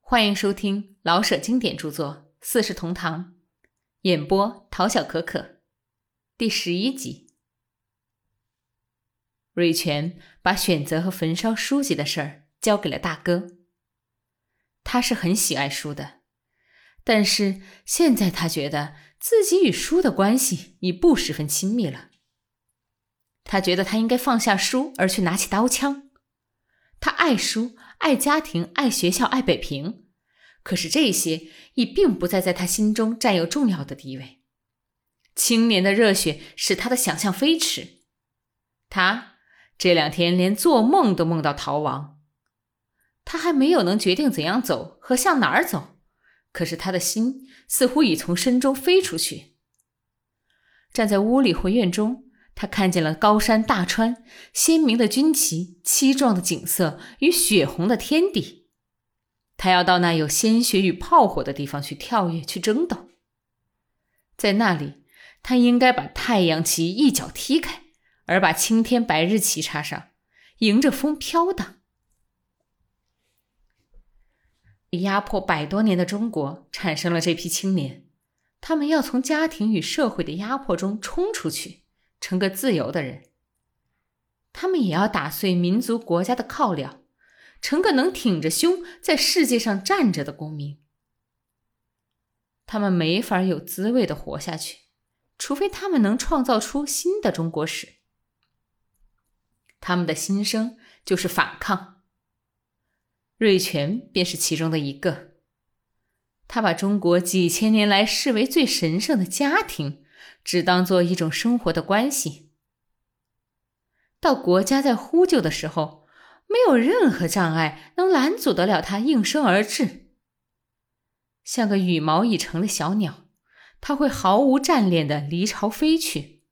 欢迎收听老舍经典著作《四世同堂》，演播陶小可可，第11集。瑞全把选择和焚烧书籍的事儿交给了大哥。他是很喜爱书的，但是现在他觉得自己与书的关系已不十分亲密了。他觉得他应该放下书而去拿起刀枪。他爱书，爱家庭，爱学校，爱北平，可是这些已并不再在他心中占有重要的地位。青年的热血使他的想象飞驰，他这2天连做梦都梦到逃亡。他还没有能决定怎样走和向哪儿走，可是他的心似乎已从身中飞出去。站在屋里或院中，他看见了高山大川，鲜明的军旗，凄壮的景色与血红的天地。他要到那有鲜血与炮火的地方去跳跃，去争斗。在那里，他应该把太阳旗一脚踢开，而把青天白日旗插上，迎着风飘荡。压迫100多年的中国产生了这批青年，他们要从家庭与社会的压迫中冲出去，成个自由的人。他们也要打碎民族国家的靠料，成个能挺着胸在世界上站着的公民。他们没法有滋味地活下去，除非他们能创造出新的中国史。他们的心声就是反抗。瑞全便是其中的一个。他把中国几千年来视为最神圣的家庭，只当作一种生活的关系。到国家在呼救的时候，没有任何障碍能拦阻得了他应声而至。像个羽毛已成的小鸟，他会毫无战恋地离巢飞去。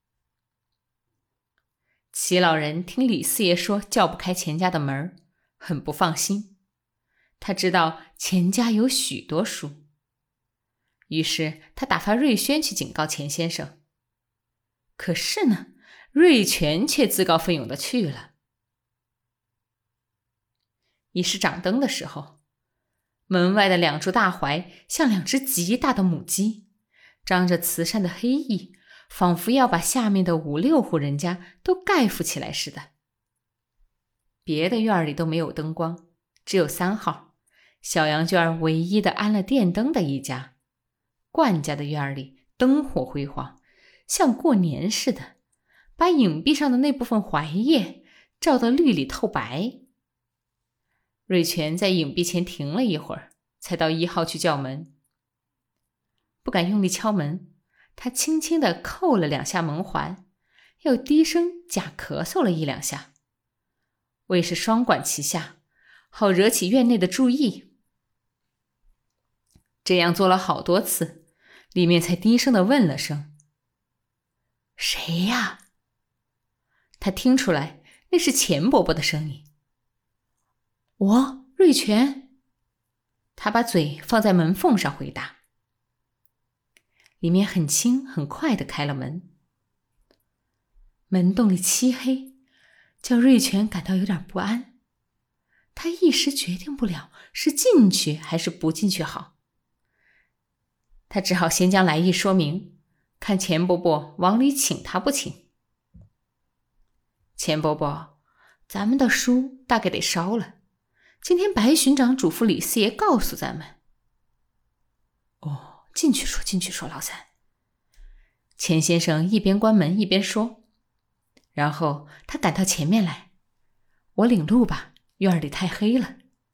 齐老人听李四爷说叫不开钱家的门，很不放心。他知道钱家有许多书，于是他打发瑞宣去警告钱先生。可是呢，瑞全却自告奋勇地去了。已是掌灯的时候，门外的2株大槐像2只极大的母鸡，张着慈善的黑翼，仿佛要把下面的5、6户人家都盖覆起来似的。别的院里都没有灯光，只有3号，小羊圈唯一的安了电灯的一家。冠家的院里灯火辉煌，像过年似的，把影壁上的那部分槐叶照得绿里透白。瑞全在影壁前停了一会儿，才到1号去叫门。不敢用力敲门，他轻轻地扣了2下门环，又低声假咳嗽了1、2下，为是双管齐下，好惹起院内的注意。这样做了好多次，里面才低声地问了声：“谁呀？”他听出来那是钱伯伯的声音。我，瑞全。他把嘴放在门缝上回答。里面很轻很快地开了门。门洞里漆黑，叫瑞全感到有点不安。他一时决定不了是进去还是不进去好。他只好先将来意说明，看钱伯伯往里请他不请。钱伯伯，咱们的书大概得烧了，今天白巡长嘱咐李四爷告诉咱们。哦，进去说，进去说，老三。钱先生一边关门一边说，然后他赶到前面来，我领路吧，院里太黑了。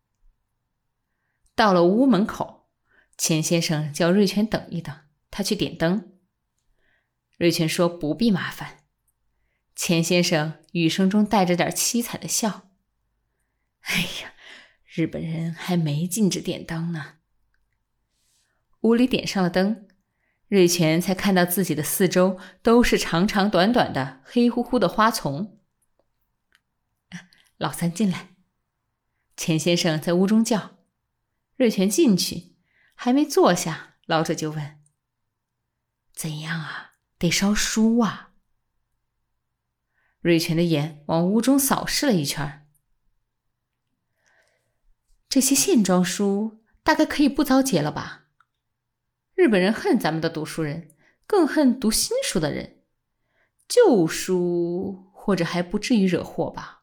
到了屋门口，钱先生叫瑞全等一等，他去点灯。瑞全说不必麻烦。钱先生语声中带着点凄惨的笑。哎呀，日本人还没禁止点灯呢。屋里点上了灯，瑞全才看到自己的四周都是长长短短的黑乎乎的花丛。老三进来。钱先生在屋中叫。瑞全进去，还没坐下，老者就问：怎样啊？得烧书啊？瑞全的眼往屋中扫视了一圈。 这些线装书大概可以不遭劫了吧？日本人恨咱们的读书人，更恨读新书的人。旧书或者还不至于惹祸吧？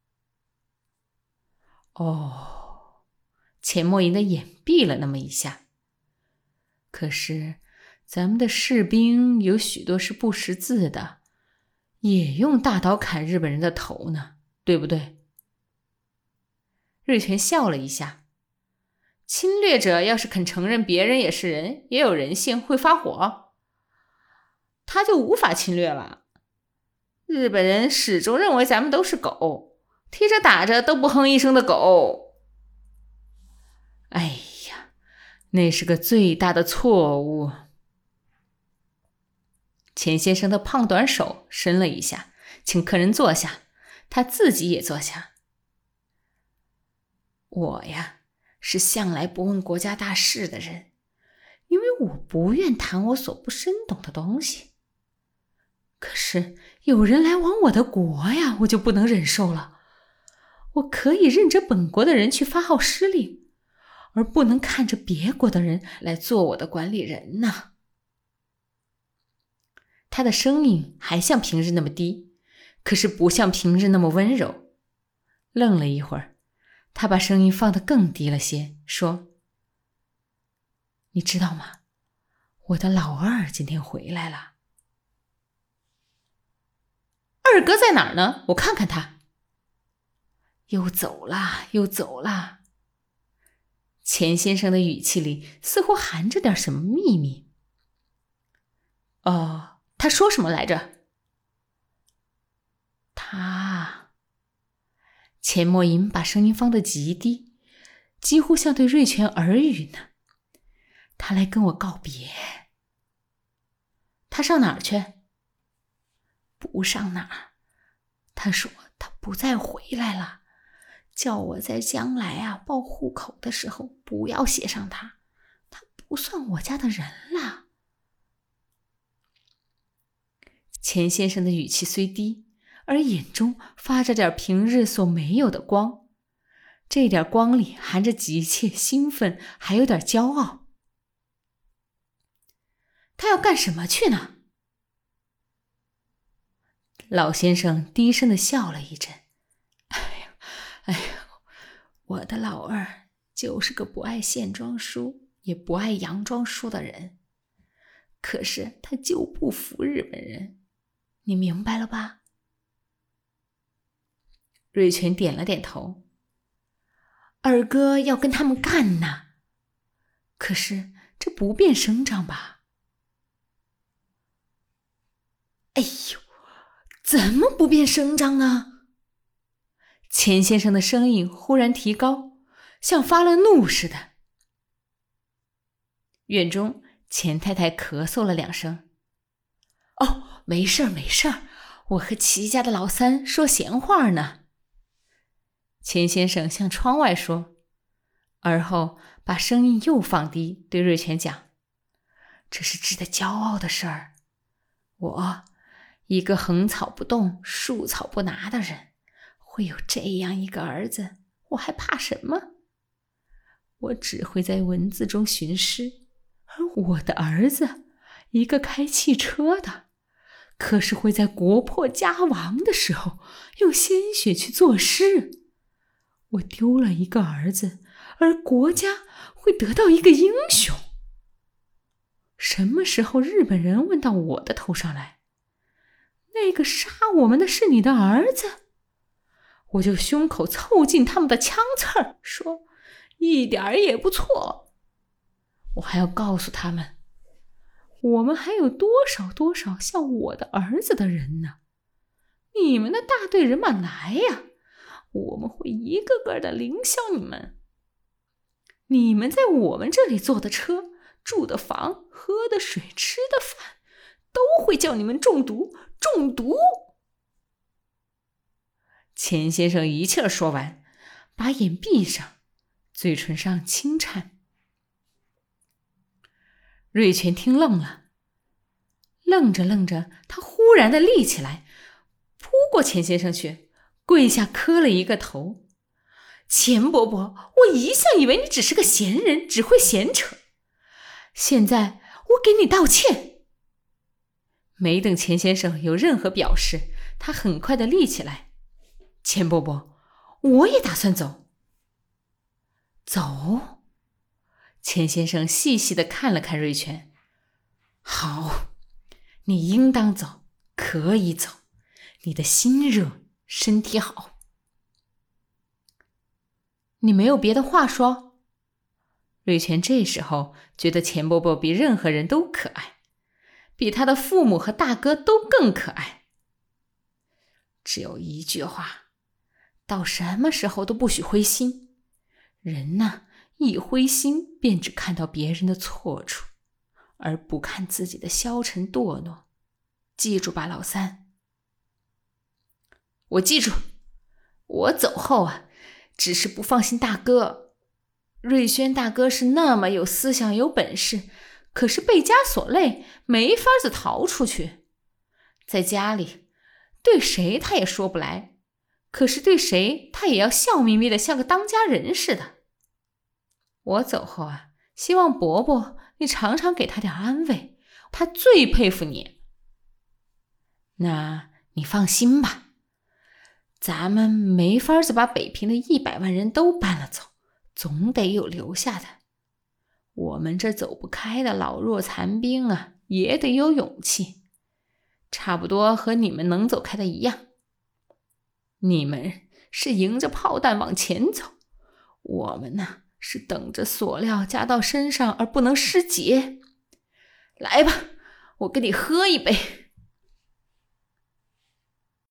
哦，钱默吟的眼闭了那么一下。可是咱们的士兵有许多是不识字的，也用大刀砍日本人的头呢，对不对？瑞全笑了一下。侵略者要是肯承认别人也是人，也有人性，会发火，他就无法侵略了。日本人始终认为咱们都是狗，踢着打着都不哼一声的狗。哎呀，那是个最大的错误。钱先生的胖短手伸了一下，请客人坐下，他自己也坐下。我呀，是向来不问国家大事的人，因为我不愿谈我所不深懂的东西。可是有人来亡我的国呀，我就不能忍受了。我可以任着本国的人去发号施令，而不能看着别国的人来做我的管理人呢。他的声音还像平日那么低，可是不像平日那么温柔。愣了一会儿，他把声音放得更低了些，说：你知道吗？我的老二今天回来了。二哥在哪儿呢？我看看他。又走了，又走了。钱先生的语气里似乎含着点什么秘密。哦，他说什么来着？钱默吟把声音放得极低，几乎像对瑞全耳语呢。他来跟我告别。他上哪儿去？不上哪儿。他说他不再回来了，叫我在将来报户口的时候不要写上他，他不算我家的人了。钱先生的语气虽低，而眼中发着点平日所没有的光，这点光里含着急切、兴奋，还有点骄傲。他要干什么去呢？老先生低声地笑了一阵。哎呀，我的老二就是个不爱线装书，也不爱洋装书的人，可是他就不服日本人，你明白了吧？瑞全点了点头。二哥要跟他们干呢，可是这不便声张吧？哎呦，怎么不便声张啊？钱先生的声音忽然提高，像发了怒似的。院中，钱太太咳嗽了2声。哦，没事儿，没事儿，我和齐家的老三说闲话呢。钱先生向窗外说，而后把声音又放低，对瑞全讲：这是值得骄傲的事儿。我，一个横草不动、竖草不拿的人，会有这样一个儿子，我还怕什么？我只会在文字中寻诗，而我的儿子，一个开汽车的，可是会在国破家亡的时候用鲜血去作诗。我丢了一个儿子，而国家会得到一个英雄。什么时候日本人问到我的头上来，那个杀我们的是你的儿子，我就胸口凑近他们的枪刺儿，说一点儿也不错。我还要告诉他们，我们还有多少像我的儿子的人呢？你们的大队人马来呀，我们会一个个的凌霄你们。你们在我们这里坐的车、住的房、喝的水、吃的饭，都会叫你们中毒，中毒！钱先生一气儿说完，把眼闭上，嘴唇上轻颤。瑞全听愣了，愣着愣着，他忽然的立起来，扑过钱先生去，跪下磕了一个头。 钱伯伯，我一向以为你只是个闲人，只会闲扯。现在我给你道歉。没等钱先生有任何表示，他很快地立起来。钱伯伯，我也打算走。走？钱先生细细地看了看瑞全。好，你应当走，可以走。你的心热，身体好。你没有别的话说？瑞全这时候觉得钱伯伯比任何人都可爱，比他的父母和大哥都更可爱。只有一句话，到什么时候都不许灰心。人呢，一灰心便只看到别人的错处，而不看自己的消沉堕落。记住吧，老三。我记住。我走后啊，只是不放心大哥。瑞轩大哥是那么有思想有本事，可是被枷所累，没法子逃出去。在家里，对谁他也说不来，可是对谁他也要笑眯眯的，像个当家人似的。我走后啊，希望伯伯你常常给他点安慰，他最佩服你。那你放心吧，咱们没法子把北平的100万人都搬了走，总得有留下的。我们这走不开的老弱残兵啊，也得有勇气，差不多和你们能走开的一样。你们是迎着炮弹往前走，我们呢，是等着锁料加到身上而不能失节。来吧，我跟你喝一杯。